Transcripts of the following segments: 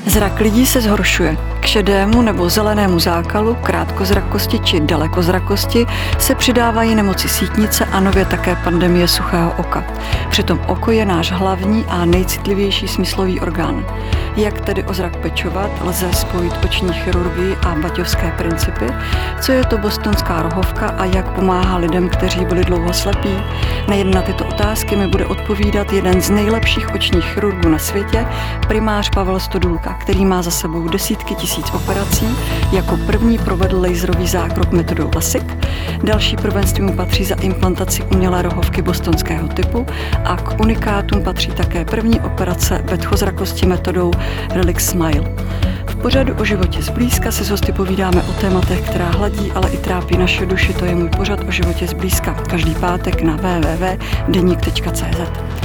Zrak lidí se zhoršuje. K šedému nebo zelenému zákalu, krátkozrakosti či dalekozrakosti se přidávají nemoci sítnice a nově také pandemie suchého oka. Přitom oko je náš hlavní a nejcitlivější smyslový orgán. Jak tedy o zrak pečovat, lze spojit oční chirurgii a baťovské principy, co je to bostonská rohovka a jak pomáhá lidem, kteří byli dlouho slepí. Nejen na tyto otázky mi bude odpovídat jeden z nejlepších očních chirurgů na světě, primář Pavel Stodulka, který má za sebou desítky tisíc operací, jako první provedl laserový zákrok metodou LASIK, další prvenství mu patří za implantaci umělé rohovky bostonského typu a k unikátům patří také první operace vedchozrakosti metodou Relic Smile. V pořadu o životě zblízka si s hosty povídáme o tématech, která hladí, ale i trápí naše duši. To je můj pořad o životě zblízka. Každý pátek na www.denik.cz.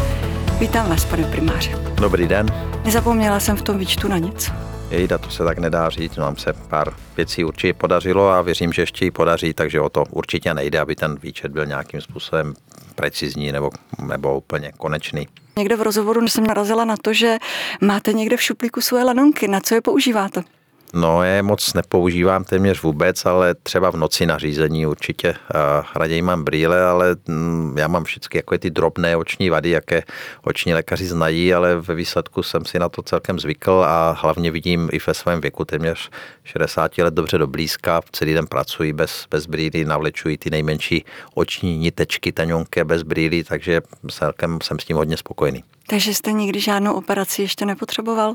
Vítám vás, pane primáři. Dobrý den. Nezapomněla jsem v tom výčtu na nic. Jejda, to se tak nedá říct, nám se pár věcí určitě podařilo a věřím, že ještě ji podaří, takže o to určitě nejde, aby ten výčet byl nějakým způsobem precizní nebo úplně konečný. Někde v rozhovoru jsem narazila na to, že máte někde v šuplíku svoje lanonky. Na co je používáte? No, je moc nepoužívám téměř vůbec, ale třeba v noci na řízení určitě raději mám brýle, ale já mám všechny jako ty drobné oční vady, jaké oční lékaři znají, ale ve výsledku jsem si na to celkem zvykl a hlavně vidím i ve svém věku téměř 60 let dobře do blízka, celý den pracuji bez brýlí, navlečuji ty nejmenší oční nitečky taňonké bez brýlí, takže celkem jsem s tím hodně spokojený. Takže jste nikdy žádnou operaci ještě nepotřeboval?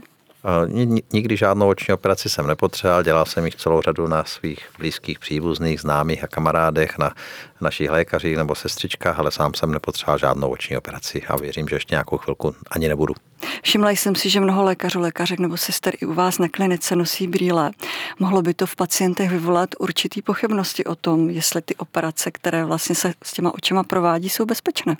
Nikdy žádnou oční operaci jsem nepotřeboval, dělal jsem jich celou řadu na svých blízkých příbuzných, známých a kamarádech, na našich lékařích nebo sestřičkách, ale sám jsem nepotřeboval žádnou oční operaci a věřím, že ještě nějakou chvilku ani nebudu. Všimla jsem si, že mnoho lékařek nebo sester i u vás na klinice nosí brýle. Mohlo by to v pacientech vyvolat určitý pochybnosti o tom, jestli ty operace, které vlastně se s těma očima provádí, jsou bezpečné?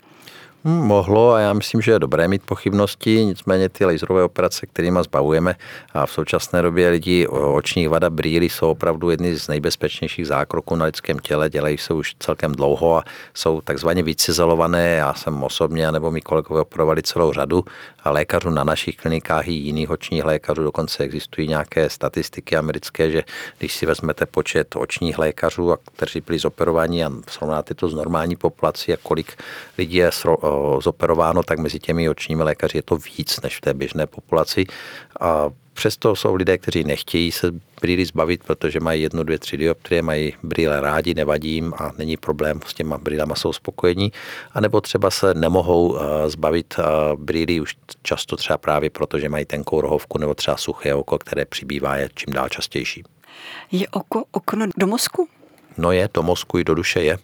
Mohlo a já myslím, že je dobré mít pochybnosti, nicméně ty laserové operace, kterými zbavujeme a v současné době lidi očních vad a brýlí jsou opravdu jedny z nejbezpečnějších zákroků na lidském těle, dělají se už celkem dlouho a jsou takzvaně vycizelované. Já jsem osobně nebo mý kolegové operovali celou řadu lékařů na našich klinikách i jiných očních lékařů, dokonce existují nějaké statistiky americké, že když si vezmete počet očních lékařů, kteří byli zoperováni a srovnáte to s normální populací a kolik lidí je zoperováno, tak mezi těmi očními lékaři je to víc než v té běžné populaci. A přesto jsou lidé, kteří nechtějí se brýlí zbavit, protože mají 1, 2, 3 dioptrie, mají brýle rádi, nevadí jim a není problém, s těma brýlema jsou spokojení. A nebo třeba se nemohou zbavit brýlí už často třeba právě proto, že mají tenkou rohovku nebo třeba suché oko, které přibývá je čím dál častější. Je oko okno do mozku? No je, do mozku i do duše je.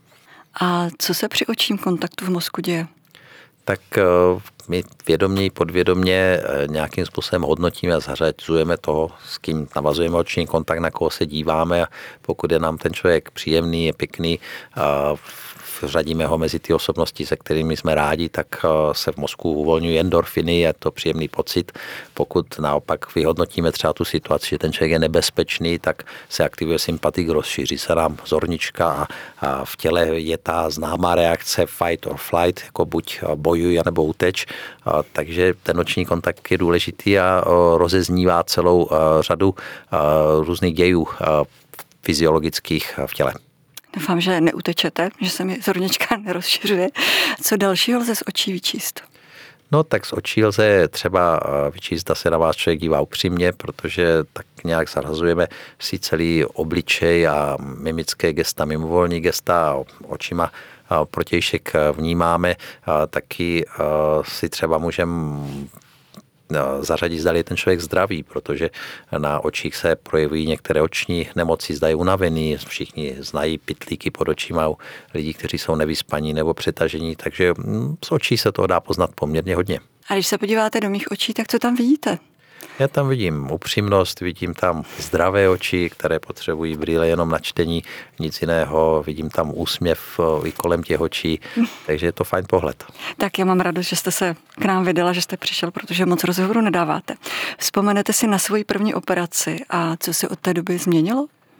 A co se při očním kontaktu v mozku děje? Tak my vědomě i podvědomě nějakým způsobem hodnotíme a zařazujeme toho, s kým navazujeme oční kontakt, na koho se díváme a pokud je nám ten člověk příjemný, je pěkný, řadíme ho mezi ty osobnosti, se kterými jsme rádi, tak se v mozku uvolňují endorfiny, je to příjemný pocit. Pokud naopak vyhodnotíme třeba tu situaci, že ten člověk je nebezpečný, tak se aktivuje sympatik, rozšíří se nám zornička a v těle je ta známá reakce fight or flight, jako buď bojuj, nebo uteč. Takže ten oční kontakt je důležitý a rozeznívá celou řadu různých dějů fyziologických v těle. Doufám, že neutečete, že se mi zornička nerozšiřuje. Co dalšího lze z očí vyčíst? No tak z očí lze třeba vyčíst, zda se na vás člověk dívá upřímně, protože tak nějak zařazujeme si celý obličej a mimické gesta, mimovolní gesta, očima protějšek vnímáme, taky si třeba můžeme zařadit, zda je ten člověk zdravý, protože na očích se projevují některé oční nemoci, zda je unavený, všichni znají pytlíky pod očima u lidí, kteří jsou nevyspaní nebo přetažení, takže z očí se toho dá poznat poměrně hodně. A když se podíváte do mých očí, tak co tam vidíte? Já tam vidím upřímnost, vidím tam zdravé oči, které potřebují brýle jenom na čtení, nic jiného, vidím tam úsměv i kolem těch očí, takže je to fajn pohled. Tak já mám radost, že jste se k nám vydala, že jste přišel, protože moc rozhovoru nedáváte. Vzpomenete si na svoji první operaci a co se od té doby změnilo?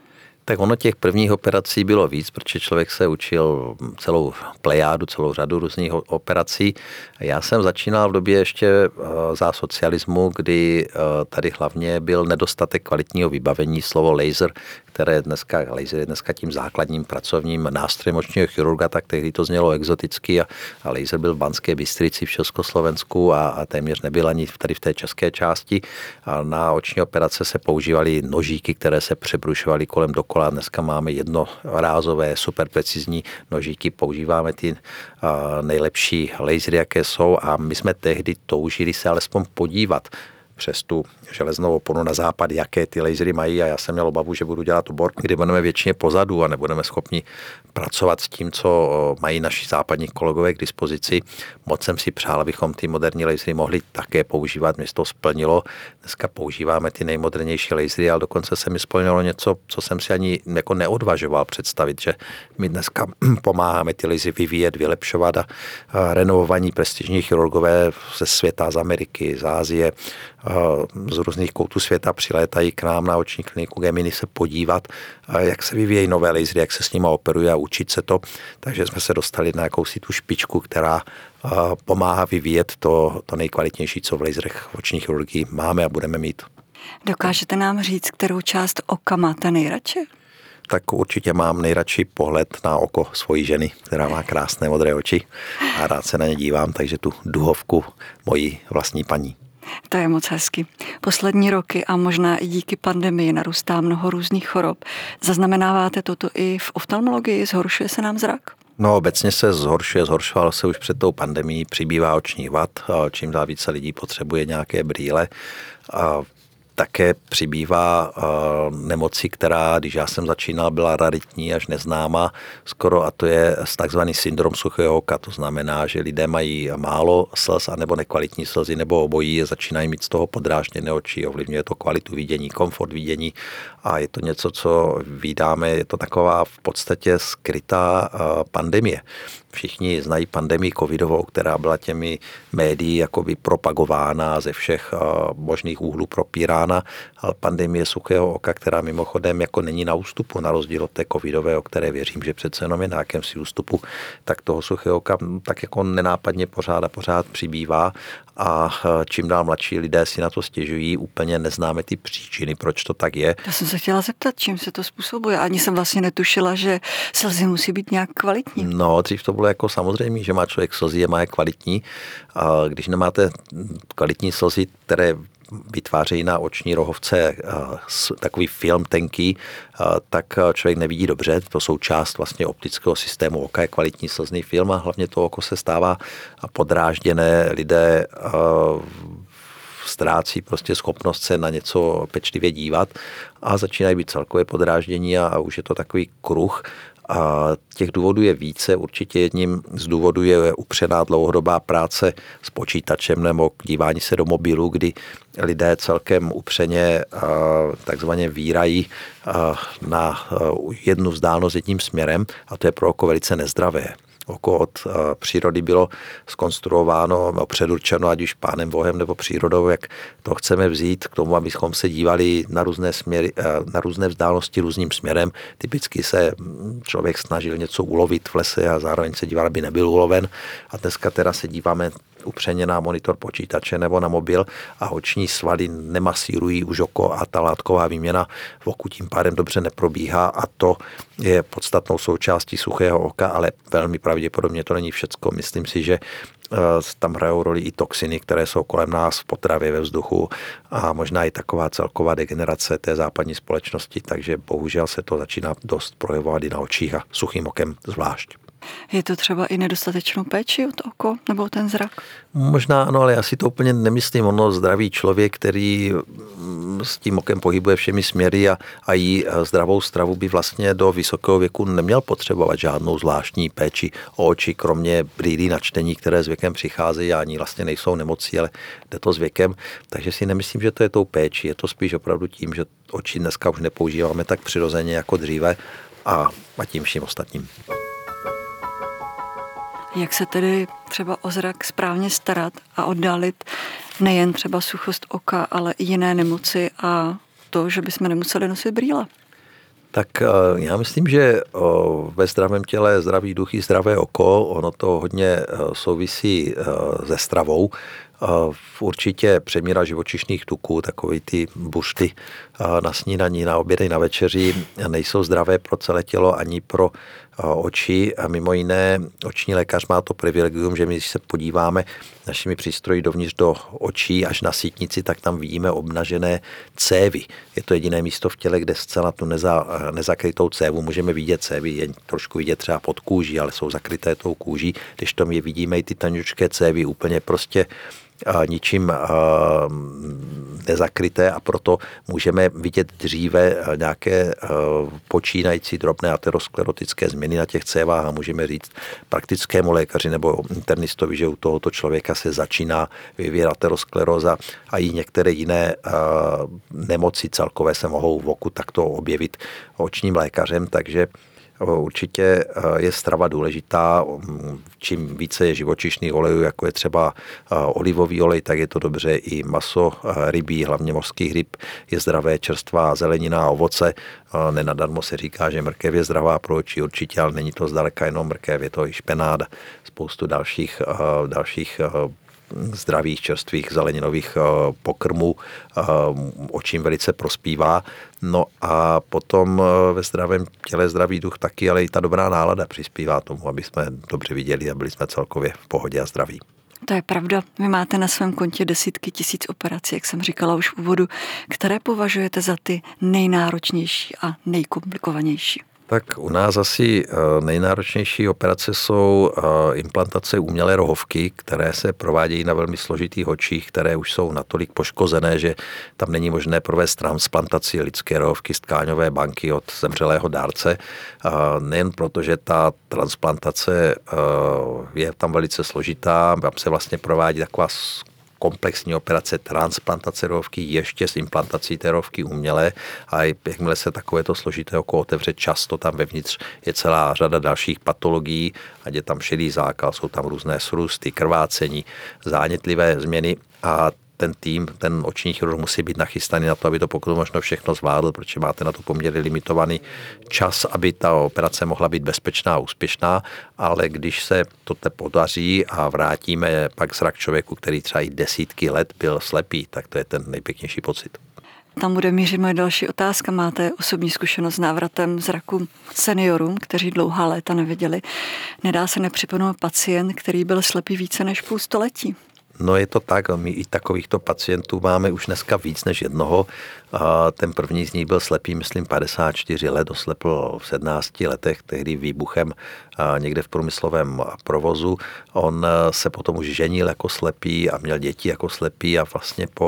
Tak ono těch prvních operací bylo víc, protože člověk se učil celou plejádu, celou řadu různých operací. Já jsem začínal v době ještě za socialismu, kdy tady hlavně byl nedostatek kvalitního vybavení. Slovo laser, laser je dneska tím základním pracovním nástrojem očního chirurga, tak tehdy to znělo exoticky a laser byl v Banské Bystrici v Československu a téměř nebyl ani tady v té české části. A na oční operace se používaly nožíky, které se přebrušovaly kolem dokola. Dneska máme jednorázové, super precizní nožíky, používáme ty nejlepší lasery, jaké jsou, a my jsme tehdy toužili se alespoň podívat přes tu železnou oponu na západ, jaké ty lasery mají, a já jsem měl obavu, že budu dělat obor, kdy budeme většině pozadu a nebudeme schopni pracovat s tím, co mají naši západní kolegové k dispozici. Moc jsem si přál, abychom ty moderní lasery mohli také používat, mě to splnilo. Dneska používáme ty nejmodernější lasery, ale dokonce se mi splnilo něco, co jsem si ani jako neodvažoval představit, že my dneska pomáháme ty lasery vyvíjet, vylepšovat a renovovaní prestižní chirurgové ze světa, z Ameriky, z Asie, z různých koutů světa přilétají k nám na oční kliniku Gemini se podívat, jak se vyvíjejí nové lasery, jak se s nimi operuje a učit se to. Takže jsme se dostali na jakousi tu špičku, která pomáhá vyvíjet to nejkvalitnější, co v laserech v oční chirurgii máme a budeme mít. Dokážete nám říct, kterou část oka máte nejradši? Tak určitě mám nejradši pohled na oko svojí ženy, která má krásné modré oči a rád se na ně dívám, takže tu duhovku mojí vlastní paní. To je moc hezky. Poslední roky a možná i díky pandemii narůstá mnoho různých chorob. Zaznamenáváte toto i v oftalmologii? Zhoršuje se nám zrak? No, obecně se zhoršoval se už před tou pandemií, přibývá očních vad, čím dál více lidí potřebuje nějaké brýle. Také přibývá nemoci, která, když já jsem začínal, byla raritní až neznámá skoro, a to je takzvaný syndrom suchého oka. To znamená, že lidé mají málo slz anebo nekvalitní slzy nebo obojí, začínají mít z toho podrážděné oči, ovlivňuje to kvalitu vidění, komfort vidění a je to něco, co vídáme, je to taková v podstatě skrytá pandemie. Všichni znají pandemii covidovou, která byla těmi médii jakoby propagována, ze všech možných úhlů propírána, ale pandemie suchého oka, která mimochodem jako není na ústupu, na rozdíl od té covidové, o které věřím, že přece jenom je na jakémsi ústupu, tak toho suchého oka tak jako nenápadně pořád přibývá a čím dál mladší lidé si na to stěžují, úplně neznáme ty příčiny, proč to tak je. Já jsem se chtěla zeptat, čím se to způsobuje. Ani jsem vlastně netušila, že slzy musí být nějak kvalitní. No, dřív to bylo jako samozřejmě, že má člověk slzy, je má je kvalitní. A když nemáte kvalitní slzy, které vytvářejí na oční rohovce takový film tenký, tak člověk nevidí dobře. To součást vlastně optického systému oka je kvalitní slzný film a hlavně to oko se stává podrážděné. Lidé ztrácí prostě schopnost se na něco pečlivě dívat a začínají být celkově podráždění a už je to takový kruh. A těch důvodů je více. Určitě jedním z důvodů je upřená dlouhodobá práce s počítačem nebo dívání se do mobilu, kdy lidé celkem upřeně takzvaně vírají na jednu vzdálenost jedním směrem a to je pro oko velice nezdravé. Oko od přírody bylo zkonstruováno, předurčeno, ať už Pánem Bohem nebo přírodou, jak to chceme vzít k tomu, abychom se dívali na různé směry, na různé vzdálenosti různým směrem. Typicky se člověk snažil něco ulovit v lese a zároveň se díval, aby nebyl uloven. A dneska teda se díváme upřeně na monitor počítače nebo na mobil a oční svaly nemasírují už oko a ta látková výměna v oku tím pádem dobře neprobíhá a to je podstatnou součástí suchého oka, ale velmi pravděpodobně to není všecko. Myslím si, že tam hrajou roli i toxiny, které jsou kolem nás v potravě, ve vzduchu a možná i taková celková degenerace té západní společnosti, takže bohužel se to začíná dost projevovat i na očích a suchým okem zvlášť. Je to třeba i nedostatečnou péči od oko nebo ten zrak? Možná ano, ale já si to úplně nemyslím. Ono zdravý člověk, který s tím okem pohybuje všemi směry a jí zdravou stravu by vlastně do vysokého věku neměl potřebovat žádnou zvláštní péči o oči, kromě brýlí na čtení, které s věkem přicházejí a ani vlastně nejsou nemocí, ale jde to s věkem. Takže si nemyslím, že to je tou péčí. Je to spíš opravdu tím, že oči dneska už nepoužíváme tak přirozeně jako dříve a tím vším ostatním. Jak se tedy třeba o zrak správně starat a oddálit nejen třeba suchost oka, ale i jiné nemoci a to, že bychom nemuseli nosit brýle? Tak já myslím, že ve zdravém těle zdravý duch i zdravé oko, ono to hodně souvisí se stravou. Určitě přemíra živočišných tuků, takový ty bušty na snídaní, na obědy, na večeři nejsou zdravé pro celé tělo ani pro oči a mimo jiné oční lékař má to privilegium, že my, když se podíváme našimi přístroji dovnitř do očí až na sítnici, tak tam vidíme obnažené cévy. Je to jediné místo v těle, kde zcela tu nezakrytou cévu můžeme vidět. Cévy jen trošku vidět třeba pod kůží, ale jsou zakryté tou kůží, když tam je vidíme i ty taničké cévy úplně prostě ničím nezakryté a proto můžeme vidět dříve nějaké počínající drobné aterosklerotické změny na těch cévách a můžeme říct praktickému lékaři nebo internistovi, že u tohoto člověka se začíná vyvíjet ateroskleróza a i některé jiné nemoci celkové se mohou v oku takto objevit očním lékařem, takže určitě je strava důležitá. Čím více je živočišných olejů, jako je třeba olivový olej, tak je to dobře. I maso rybí, hlavně mořských ryb, je zdravé, čerstvá zelenina a ovoce. Nenadarmo se říká, že mrkev je zdravá pro oči určitě, ale není to zdaleka jenom mrkev, je to i špenát, spoustu dalších zdravých, čerstvých zeleninových pokrmů očím velice prospívá. No a potom ve zdravém těle zdravý duch taky, ale i ta dobrá nálada přispívá tomu, aby jsme dobře viděli a byli jsme celkově v pohodě a zdraví. To je pravda. Vy máte na svém kontě desítky tisíc operací, jak jsem říkala už v úvodu, které považujete za ty nejnáročnější a nejkomplikovanější. Tak u nás asi nejnáročnější operace jsou implantace umělé rohovky, které se provádějí na velmi složitých očích, které už jsou natolik poškozené, že tam není možné provést transplantaci lidské rohovky z tkáňové banky od zemřelého dárce. Nejen proto, že ta transplantace je tam velice složitá, tam se vlastně provádí taková komplexní operace transplantace rohovky ještě s implantací té rohovky umělé a jakmile se takovéto složité oko otevře, často tam vevnitř je celá řada dalších patologií, ať je tam šedý zákal, jsou tam různé srůsty, krvácení, zánětlivé změny a ten oční chirurg musí být nachystaný na to, aby to pokud možno všechno zvládl, protože máte na to poměrně limitovaný čas, aby ta operace mohla být bezpečná a úspěšná, ale když se to podaří a vrátíme pak zrak člověku, který třeba i desítky let byl slepý, tak to je ten nejpěknější pocit. Tam bude mířit moje další otázka. Máte osobní zkušenost s návratem zraku seniorům, kteří dlouhá léta neviděli. Nedá se nepřipomenout pacient, který byl slepý více než půl století. No je to tak, my i takovýchto pacientů máme už dneska víc než jednoho. Ten první z nich byl slepý, myslím, 54 let, doslepl v 17 letech, tehdy výbuchem někde v průmyslovém provozu. On se potom už ženil jako slepý a měl děti jako slepý a vlastně po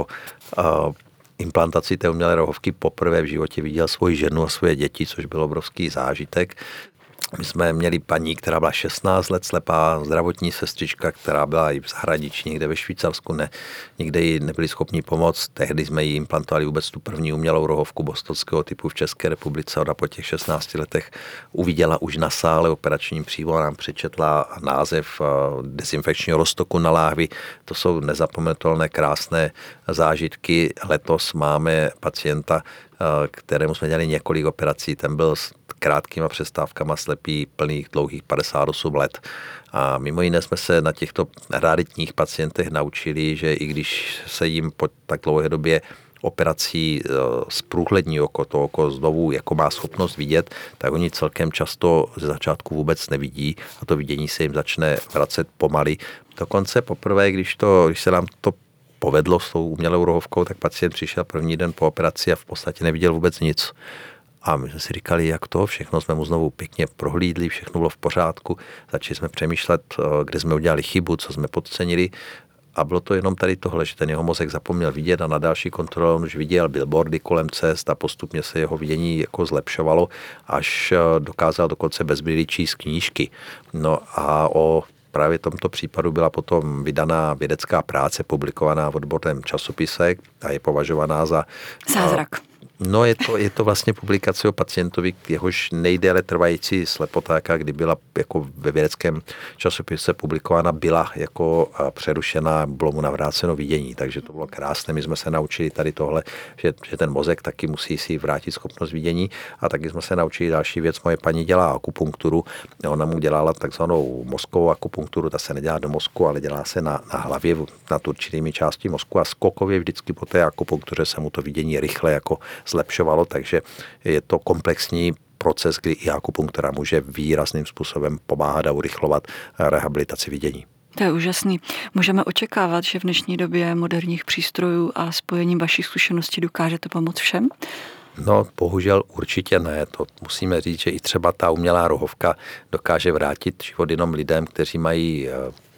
implantaci té umělé rohovky poprvé v životě viděl svoji ženu a svoje děti, což byl obrovský zážitek. My jsme měli paní, která byla 16 let slepá, zdravotní sestřička, která byla i v zahraničí, někde ve Švýcarsku, nikde jí nebyli schopni pomoct. Tehdy jsme jí implantovali vůbec tu první umělou rohovku bostonského typu v České republice. Ona po těch 16 letech uviděla už na sále operačním přímo, nám přečetla název dezinfekčního roztoku na láhvi. To jsou nezapomenutelné krásné zážitky. Letos máme pacienta, kterému jsme dělali několik operací. Ten byl s krátkýma přestávkama slepý plných dlouhých 58 let. A mimo jiné jsme se na těchto raritních pacientech naučili, že i když se jim po tak dlouhé době operací zprůhlední oko, to oko znovu jako má schopnost vidět, tak oni celkem často ze začátku vůbec nevidí a to vidění se jim začne vracet pomaly. Dokonce poprvé, když se nám to povedlo s tou umělou rohovkou, tak pacient přišel první den po operaci a v podstatě neviděl vůbec nic. A my jsme si říkali, jak to, všechno jsme mu znovu pěkně prohlídli, všechno bylo v pořádku, začali jsme přemýšlet, kde jsme udělali chybu, co jsme podcenili a bylo to jenom tady tohle, že ten jeho mozek zapomněl vidět a na další kontrole on už viděl billboardy kolem cest a postupně se jeho vidění jako zlepšovalo, až dokázal dokonce bez brýlí číst knížky. No a o právě tomto případu byla potom vydaná vědecká práce publikovaná v odborném časopise a je považovaná za zázrak. No je to vlastně publikace o pacientovi, jehož nejdéle trvající slepotáka, kdy byla jako ve vědeckém časopise publikována, byla jako přerušená, bylo mu navráceno vidění, takže to bylo krásné. My jsme se naučili tady tohle, že ten mozek taky musí si vrátit schopnost vidění a taky jsme se naučili další věc. Moje paní dělá akupunkturu, ona mu dělala takzvanou mozkovou akupunkturu, ta se nedělá do mozku, ale dělá se na hlavě, nad určitými části mozku a skokově vždycky po té akupunktuře se mu to vidění rychle jako zlepšovalo, takže je to komplexní proces, kdy i akupunktura může výrazným způsobem pomáhat a urychlovat rehabilitaci vidění. To je úžasný. Můžeme očekávat, že v dnešní době moderních přístrojů a spojením vašich zkušeností dokážete pomoct všem? No, bohužel určitě ne. To musíme říct, že i třeba ta umělá rohovka dokáže vrátit život jenom lidem, kteří mají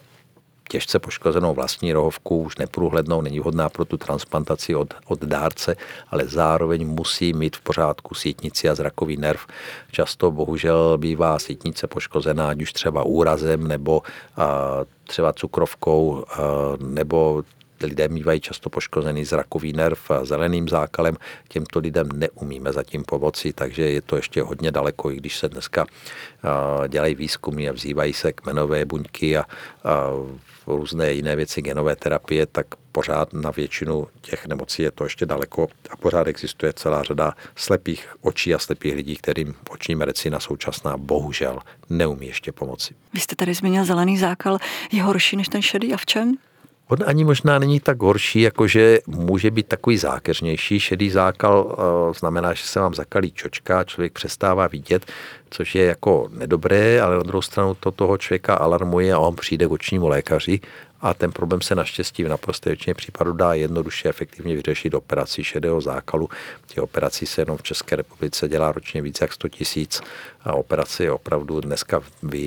těžce poškozenou vlastní rohovku, už neprůhlednou, není vhodná pro tu transplantaci od dárce, ale zároveň musí mít v pořádku sítnici a zrakový nerv. Často bohužel bývá sítnice poškozená, ať už třeba úrazem nebo třeba cukrovkou, nebo lidé mývají často poškozený zrakový nerv zeleným zákalem. Těmto lidem neumíme zatím pomoci, takže je to ještě hodně daleko, i když se dneska dělají výzkumy a vzývají se kmenové buňky a různé jiné věci, genové terapie, tak pořád na většinu těch nemocí je to ještě daleko a pořád existuje celá řada slepých očí a slepých lidí, kterým oční medicína současná bohužel neumí ještě pomoci. Vy jste tady zmínil zelený zákal. Je horší než ten šedý a v čem? On ani možná není tak horší, jakože může být takový zákeřnější. Šedý zákal znamená, že se vám zakalí čočka, člověk přestává vidět, což je jako nedobré, ale na druhou stranu to toho člověka alarmuje a on přijde k očnímu lékaři a ten problém se naštěstí v naprosté většině případů dá jednoduše efektivně vyřešit operací šedého zákalu. Těch operací se jenom v České republice dělá ročně více jak 100 000 a operace je opravdu dneska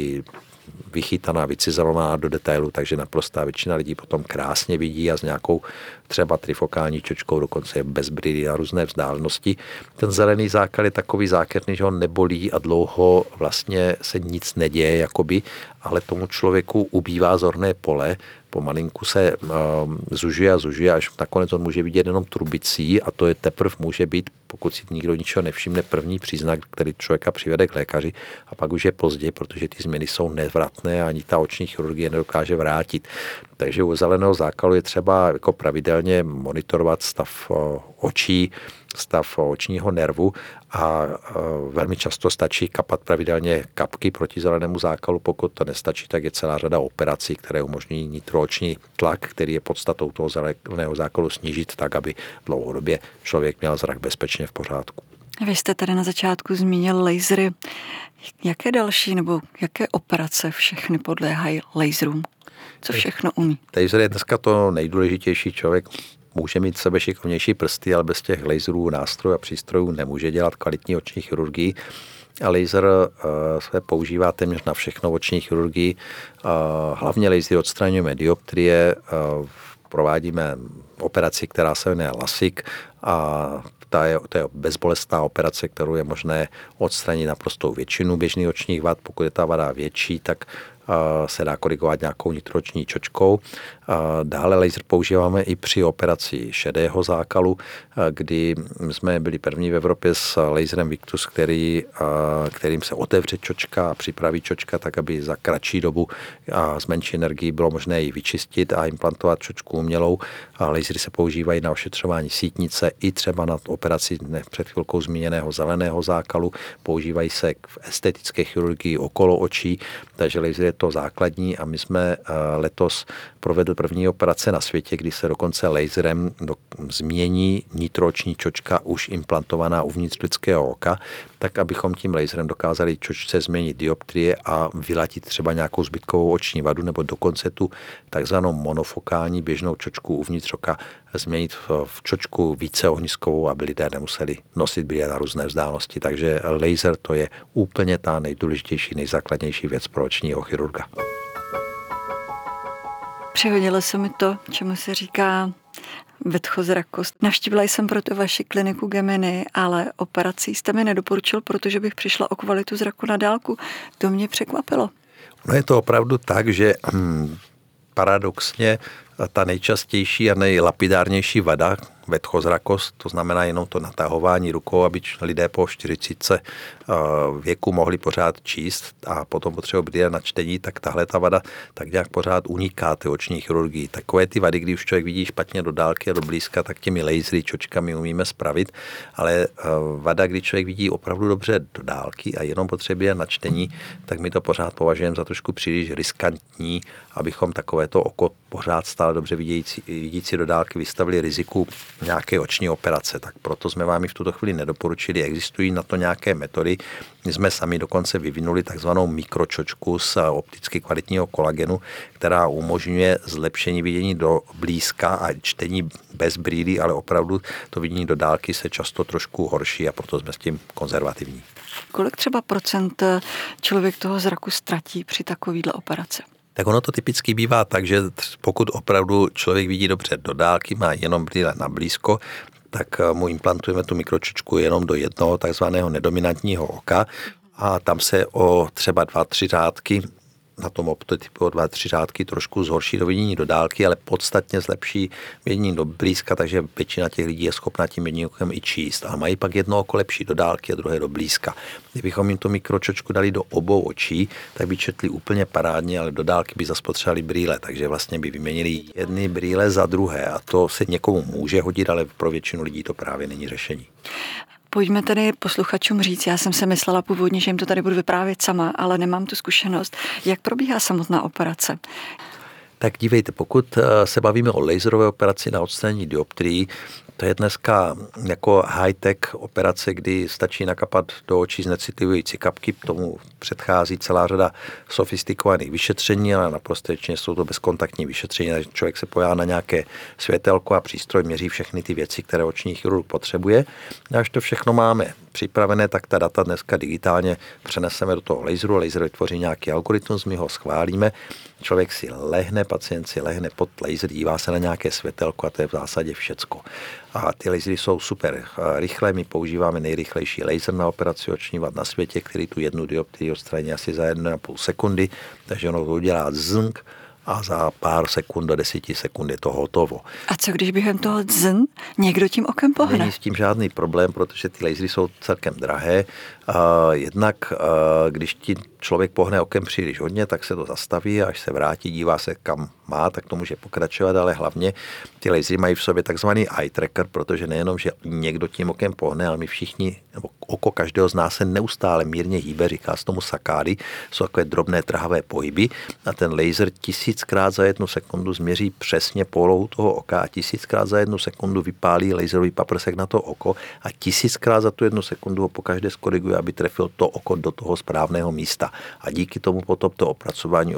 vychytaná, vycizelovaná do detailu, takže naprostá většina lidí potom krásně vidí a s nějakou třeba trifokální čočkou, dokonce je bez brýlí na různé vzdálenosti. Ten zelený zákal je takový zákeřný, že ho nebolí a dlouho vlastně se nic neděje, jakoby, ale tomu člověku ubývá zorné pole, pomalinku se zužuje a zužuje, až nakonec on může vidět jenom trubicí a to je teprve může být, pokud si nikdo ničeho nevšimne, první příznak, který člověka přivede k lékaři a pak už je pozdě, protože ty změny jsou nevratné a ani ta oční chirurgie nedokáže vrátit. Takže u zeleného zákalu je třeba jako pravidelně monitorovat stav očí, stav očního nervu a velmi často stačí kapat pravidelně kapky proti zelenému zákalu. Pokud to nestačí, tak je celá řada operací, které umožní nitrooční tlak, který je podstatou toho zeleného zákalu, snížit tak, aby dlouhodobě člověk měl zrak bezpečně v pořádku. Vy jste tady na začátku zmínil lasery. Jaké další nebo jaké operace všechny podléhají laserům? Co všechno umí? Laser je dneska to nejdůležitější. Člověk může mít sebešikovnější prsty, ale bez těch laserů, nástrojů a přístrojů nemůže dělat kvalitní oční chirurgii. A laser se používá téměř na všechno oční chirurgii. Hlavně lasery odstraňujeme dioptrie, provádíme operaci, která se jmenuje LASIK a to je bezbolestná operace, kterou je možné odstranit naprostou většinu běžných očních vad. Pokud je ta vada větší, tak se dá korigovat nějakou nitrooční čočkou. Dále laser používáme i při operaci šedého zákalu, kdy jsme byli první v Evropě s laserem Victus, kterým se otevře čočka a připraví čočka tak, aby za kratší dobu a s menší energií bylo možné ji vyčistit a implantovat čočku umělou. Lasery se používají na ošetřování sítnice i třeba na operaci před chvilkou zmíněného zeleného zákalu. Používají se v estetické chirurgii okolo očí, takže laser je to základní a my jsme letos provedli první operace na světě, kdy se dokonce laserem změní nitrooční čočka už implantovaná uvnitř lidského oka, tak abychom tím laserem dokázali čočce změnit dioptrie a vylatit třeba nějakou zbytkovou oční vadu nebo dokonce tu takzvanou monofokální běžnou čočku uvnitř oka změnit v čočku více ohniskovou, aby lidé nemuseli nosit brýle na různé vzdálenosti. Takže laser to je úplně ta nejdůležitější, nejzákladnější věc pro očního chirurga. Přihodilo se mi to, čemu se říká vetchozrakost. Navštívila jsem proto vaši kliniku Gemini, ale operací jste mi nedoporučil, protože bych přišla o kvalitu zraku na dálku. To mě překvapilo. No je to opravdu tak, že paradoxně ta nejčastější a nejlapidárnější vada, vetchozrakost, to znamená jenom to natahování rukou, aby lidé po 40 věku mohli pořád číst a potom potřebují brýle na čtení, tak tahle ta vada tak nějak pořád uniká té oční chirurgii. Takové ty vady, když už člověk vidí špatně do dálky a do blízka, tak těmi lasery, čočkami umíme spravit, ale vada, když člověk vidí opravdu dobře do dálky a jenom potřebuje na čtení, tak my to pořád považujeme za trošku příliš riskantní, abychom takovéto oko pořád stále dobře vidící do dálky vystavili riziku nějaké oční operace. Tak proto jsme vám i v tuto chvíli nedoporučili. Existují na to nějaké metody. My jsme sami dokonce vyvinuli takzvanou mikročočku z opticky kvalitního kolagenu, která umožňuje zlepšení vidění do blízka a čtení bez brýlí, ale opravdu to vidění do dálky se často trošku horší a proto jsme s tím konzervativní. Kolik třeba procent člověk toho zraku ztratí při takovýhle operaci? Tak ono to typicky bývá tak, že pokud opravdu člověk vidí dobře do dálky, má jenom brýle na blízko, tak mu implantujeme tu mikročičku jenom do jednoho takzvaného nedominantního oka a tam se o třeba 2-3 řádky na tom optotypu o 2-3 řádky trošku zhorší do vidění do dálky, ale podstatně zlepší vidění do blízka, takže většina těch lidí je schopná tím jedním okem i číst. A mají pak jedno oko lepší do dálky a druhé do blízka. Kdybychom jim tu mikročočku dali do obou očí, tak by četli úplně parádně, ale do dálky by zase potřebovali brýle, takže vlastně by vyměnili jedny brýle za druhé a to se někomu může hodit, ale pro většinu lidí to právě není řešení. Pojďme tedy posluchačům říct, já jsem se myslela původně, že jim to tady budu vyprávět sama, ale nemám tu zkušenost. Jak probíhá samotná operace? Tak dívejte, pokud se bavíme o laserové operaci na odstranění dioptrií, to je dneska jako high-tech operace, kdy stačí nakapat do očí znecitlivující kapky, tomu předchází celá řada sofistikovaných vyšetření, ale naprosto většině jsou to bezkontaktní vyšetření, takže člověk se pojá na nějaké světelko a přístroj měří všechny ty věci, které oční chirurg potřebuje. A až to všechno máme připravené, tak ta data dneska digitálně přeneseme do toho laseru, laser vytvoří nějaký algoritmus, my ho schválíme, člověk si lehne, pacient si lehne pod laser, dívá se na nějaké světelko a to je v zásadě všecko. A ty lasery jsou super rychlé, my používáme nejrychlejší laser na operaci oční vad na světě, který tu jednu dioptrii odstraní asi za 1,5 sekundy, takže ono to udělá zng a za pár sekund do 10 sekund je to hotovo. A co když během toho někdo tím okem pohne? Není s tím žádný problém, protože ty lasery jsou celkem drahé. Jednak, když ti člověk pohne okem příliš hodně, tak se to zastaví a až se vrátí, dívá se kam má, tak to může pokračovat, ale hlavně ty lasery mají v sobě takzvaný eye tracker, protože nejenom, že někdo tím okem pohne, ale my všichni, nebo oko každého z nás se neustále mírně hýbe, říká se tomu sakády, jsou takové drobné trhavé pohyby a ten laser 1000krát za 1 sekundu změří přesně polohu toho oka a 1000krát za 1 sekundu vypálí laserový paprsek na to oko a 1000krát za tu 1 sekundu ho pokaždé skoriguje, aby trefil to oko do toho správného místa. A díky tomu potom to opracování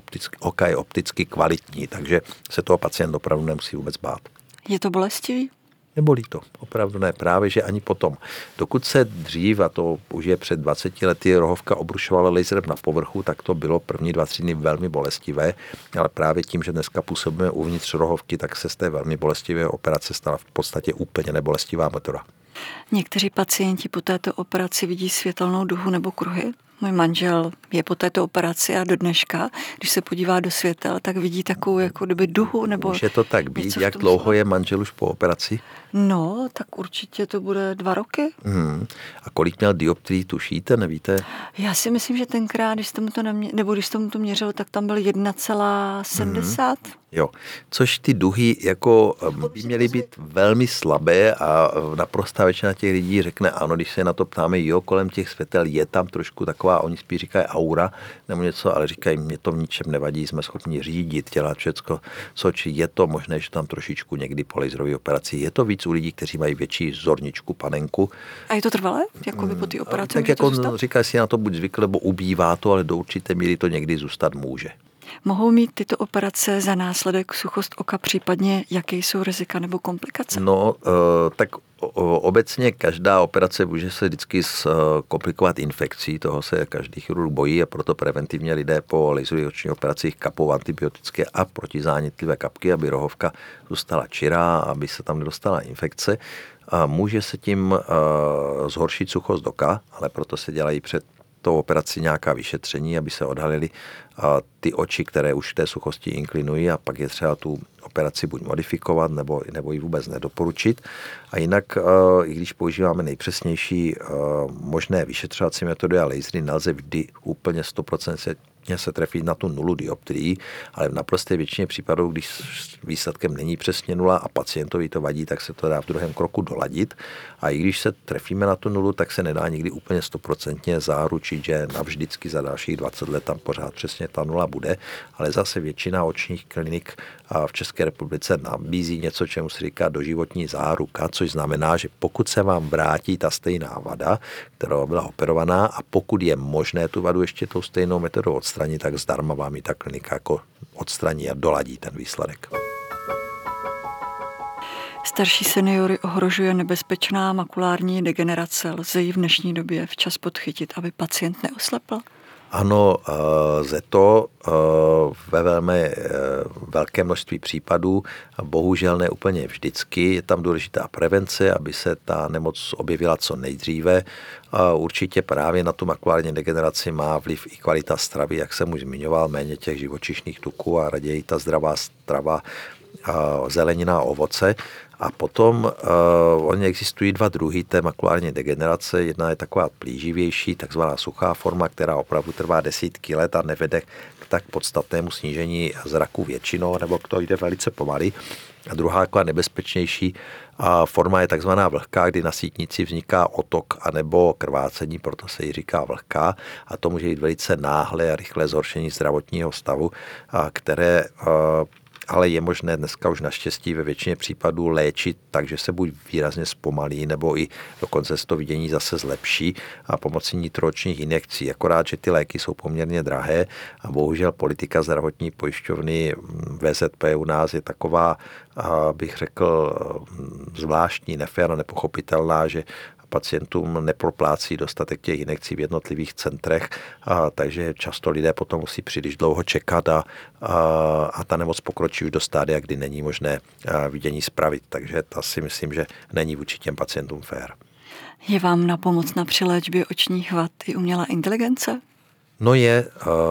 oka je opticky kvalitní, takže se toho pacient opravdu nemusí vůbec bát. Je to bolestivý? Nebolí to, opravdu ne, právě že ani potom. Dokud se dřív, a to už je před 20 lety, rohovka obrušovala laserem na povrchu, tak to bylo první 2-3 dny velmi bolestivé, ale právě tím, že dneska působíme uvnitř rohovky, tak se z té velmi bolestivé operace stala v podstatě úplně nebolestivá metoda. Někteří pacienti po této operaci vidí světelnou duhu nebo kruhy. Můj manžel je po této operaci a do dneška, když se podívá do světel, tak vidí takovou jako kdyby duhu nebo... Může to tak být? Jak dlouho je manžel už po operaci? No, tak určitě to bude 2 roky. A kolik měl dioptrií, tušíte, nevíte? Já si myslím, že tenkrát, když jste mu to měřil, tak tam byl 1,70. Jo, což ty duhy jako by měly být velmi slabé a naprostá většina těch lidí řekne ano, když se na to ptáme, jo, kolem těch světel je tam trošku taková, oni spíš říkají aura nebo něco, ale říkají, mě to v ničem nevadí, jsme schopni řídit, dělat všecko, či je to možné, že tam trošičku někdy po laserové operaci. Je to víc u lidí, kteří mají větší zorničku, panenku. A je to trvalé? Jako by po té operaci? Tak jako říkají si na to buď zvykle, nebo ubývá to, ale do určité míry to někdy zůstat může. Mohou mít tyto operace za následek suchost oka, případně jaké jsou rizika nebo komplikace? No, tak obecně každá operace může se vždycky komplikovat infekcí, toho se každý chirurg bojí a proto preventivně lidé po laserové oční operacích kapou antibiotické a protizánětlivé kapky, aby rohovka zůstala čirá, aby se tam nedostala infekce. A může se tím zhoršit suchost oka, ale proto se dělají před tou operací nějaká vyšetření, aby se odhalily ty oči, které už v té suchosti inklinují, a pak je třeba tu operaci buď modifikovat, nebo ji vůbec nedoporučit. A jinak, i když používáme nejpřesnější možné vyšetřovací metody a lasery, nelze vždy úplně 100% se trefit na tu nulu dioptrií, ale v naprosté většině případů, když výsledkem není přesně nula a pacientovi to vadí, tak se to dá v druhém kroku doladit. A i když se trefíme na tu nulu, tak se nedá nikdy úplně 100% záručit, že navždycky za dalších 20 let tam pořád přesně ta nula bude, ale zase většina očních klinik v České republice nabízí něco, čemu se říká doživotní záruka, což znamená, že pokud se vám vrátí ta stejná vada, která byla operovaná, a pokud je možné tu vadu ještě tou stejnou metodou odstranit, tak zdarma vám ji ta klinika jako odstraní a doladí ten výsledek. Starší seniory ohrožuje nebezpečná makulární degenerace. Lze ji v dnešní době včas podchytit, aby pacient neoslepl? Ano, lze to ve velmi velké množství případů, bohužel ne úplně vždycky. Je tam důležitá prevence, aby se ta nemoc objevila co nejdříve. Určitě právě na tu makulární degeneraci má vliv i kvalita stravy, jak jsem už zmiňoval, méně těch živočišných tuků a raději ta zdravá strava, zelenina a ovoce. A potom oni existují dva druhy té makulární degenerace. Jedna je taková plíživější, takzvaná suchá forma, která opravdu trvá desítky let a nevede k tak podstatnému snížení zraku většinou, nebo to jde velice pomaly. A druhá taková nebezpečnější forma je takzvaná vlhká, kdy na sítnici vzniká otok anebo krvácení, proto se jí říká vlhká, a to může jít velice náhle a rychlé zhoršení zdravotního stavu, které ale je možné dneska už naštěstí ve většině případů léčit, takže se buď výrazně zpomalí, nebo i dokonce se to vidění zase zlepší a pomocí nitroočních injekcí. Akorát, že ty léky jsou poměrně drahé a bohužel politika zdravotní pojišťovny VZP u nás je taková, bych řekl, zvláštní, nefér a nepochopitelná, že pacientům neproplácí dostatek těch injekcí v jednotlivých centrech, takže často lidé potom musí příliš dlouho čekat a ta nemoc pokročí už do stádia, kdy není možné vidění spravit. Takže to si myslím, že není vůči těm pacientům fér. Je vám na pomoc při léčbě očních vad i umělá inteligence? No je,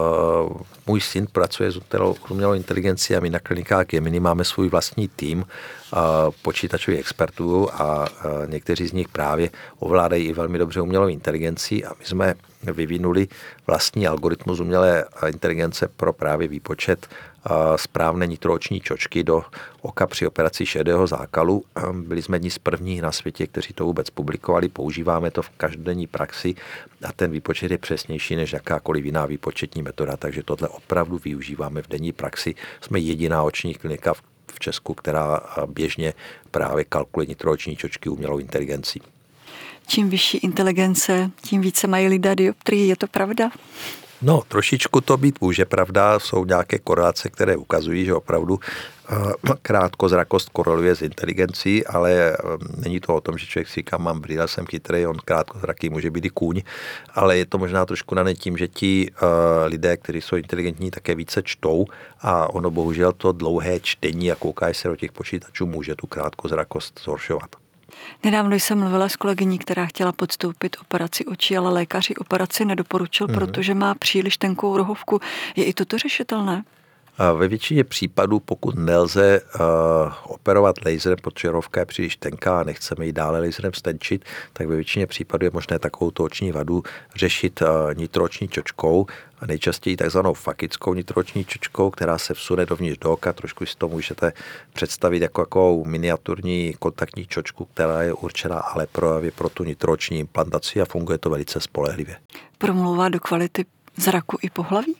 můj syn pracuje s umělou inteligencí a my na klinikách Gemini máme svůj vlastní tým počítačových expertů a někteří z nich právě ovládají i velmi dobře umělou inteligenci a my jsme vyvinuli vlastní algoritmus umělé inteligence pro právě výpočet správné nitrooční čočky do oka při operaci šedého zákalu. Byli jsme jedni z prvních na světě, kteří to vůbec publikovali, používáme to v každodenní praxi a ten výpočet je přesnější než jakákoliv jiná výpočetní metoda, takže tohle opravdu využíváme v denní praxi. Jsme jediná oční klinika v Česku, která běžně právě kalkuluje nitrooční čočky umělou inteligencí. Čím vyšší inteligence, tím více mají lidé dioptrii, je to pravda? No, trošičku to být může, pravda. Jsou nějaké korelace, které ukazují, že opravdu krátkozrakost koreluje s inteligencí, ale není to o tom, že člověk si říká, mám brýle, jsem chytrý, on krátkozraký může být i kůň, ale je to možná trošku dané tím, že ti lidé, kteří jsou inteligentní, také více čtou a ono bohužel to dlouhé čtení a koukají se do těch počítačů může tu krátkozrakost zhoršovat. Nedávno jsem mluvila s kolegyní, která chtěla podstoupit operaci očí, ale lékaři operaci nedoporučil, protože má příliš tenkou rohovku. Je i toto řešitelné? Ve většině případů, pokud nelze operovat laserem, protože rohovka je příliš tenká a nechceme ji dále laserem stenčit, tak ve většině případů je možné takovouto oční vadu řešit nitrooční čočkou, a nejčastěji takzvanou fakickou nitrooční čočkou, která se vsune dovnitř do oka. Trošku si to můžete představit jako takovou miniaturní kontaktní čočku, která je určená ale právě pro tu nitrooční implantaci a funguje to velice spolehlivě. Promlouvá do kvality zraku i pohlaví?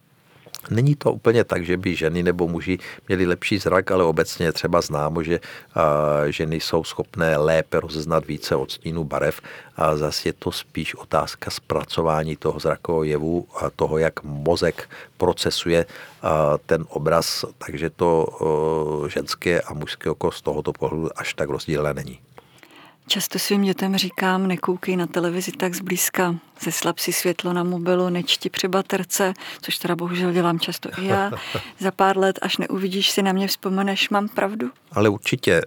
Není to úplně tak, že by ženy nebo muži měli lepší zrak, ale obecně je třeba známo, že ženy jsou schopné lépe rozeznat více odstínů barev a zase je to spíš otázka zpracování toho zrakového jevu a toho, jak mozek procesuje ten obraz, takže to ženské a mužské oko z tohoto pohledu až tak rozdílné není. Často svým dětem říkám, nekoukej na televizi tak zblízka, zeslab si světlo na mobilu, nečti při baterce, což teda bohužel dělám často i já. Za pár let, až neuvidíš, si na mě vzpomeneš, mám pravdu? Ale určitě,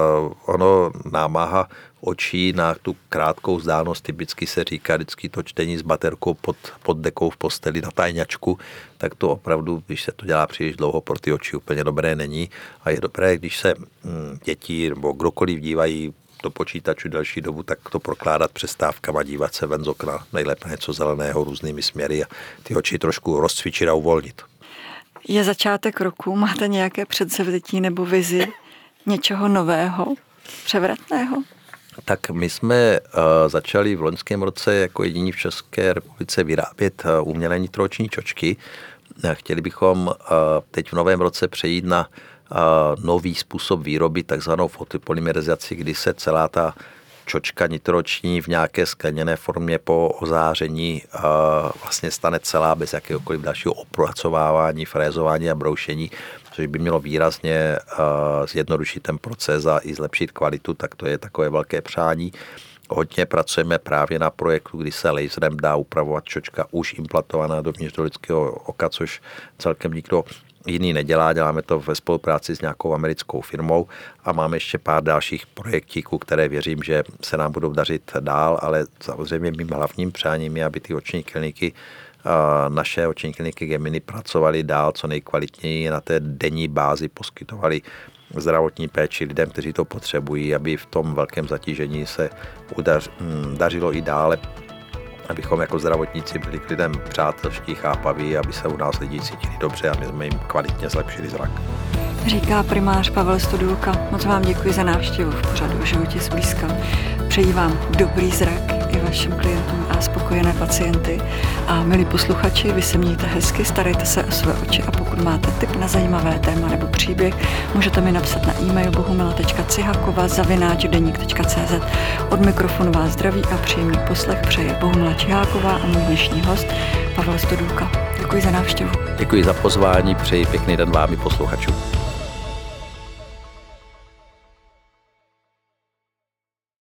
ono námaha očí na tu krátkou vzdálenost, typicky se říká vždycky to čtení s baterkou pod dekou v posteli na tajňačku, tak to opravdu, když se to dělá příliš dlouho, pro ty oči úplně dobré není. A je dobré, když se děti nebo kdokoliv dívají do počítaču další dobu, tak to prokládat přestávkama, dívat se ven z okna, nejlépe něco zeleného různými směry a ty oči trošku rozcvičit a uvolnit. Je začátek roku, máte nějaké předsevzetí nebo vizi něčeho nového, převratného? Tak my jsme začali v loňském roce jako jediní v České republice vyrábět umělé nitrooční čočky. Chtěli bychom teď v novém roce přejít na nový způsob výroby, takzvanou fotopolymerizaci, kdy se celá ta čočka nitrooční v nějaké skleněné formě po ozáření vlastně stane celá bez jakéhokoliv dalšího opracovávání, frézování a broušení, což by mělo výrazně zjednodušit ten proces a i zlepšit kvalitu, tak to je takové velké přání. Hodně pracujeme právě na projektu, kdy se laserem dá upravovat čočka už implantovaná dovnitř do lidského oka, což celkem nikdo jiný nedělá, děláme to ve spolupráci s nějakou americkou firmou a máme ještě pár dalších projektíků, které věřím, že se nám budou dařit dál, ale samozřejmě mým hlavním přáním je, aby ty oční kliniky, naše oční kliniky Gemini pracovaly dál co nejkvalitněji na té denní bázi, poskytovali zdravotní péči lidem, kteří to potřebují, aby v tom velkém zatížení se dařilo i dále, abychom jako zdravotníci byli k lidem přátelští, chápaví, aby se u nás lidi cítili dobře a my jsme jim kvalitně zlepšili zrak. Říká primář Pavel Stodůlka. Moc vám děkuji za návštěvu v pořadu O životě zblízka. Přeji vám dobrý zrak i vašim klientům a spokojené pacienty. A milí posluchači, vy se mějte hezky, starejte se o své oči a pokud máte tip na zajímavé téma nebo příběh, můžete mi napsat na e-mail bohumila.cihakova@denik.cz. Od mikrofonu vás zdraví a příjemný poslech přeje Bohumila Čiháková a můj dnešní host Pavel Stodůlka. Děkuji za návštěvu. Děkuji za pozvání, přeji pěkný den vám i posluchačům.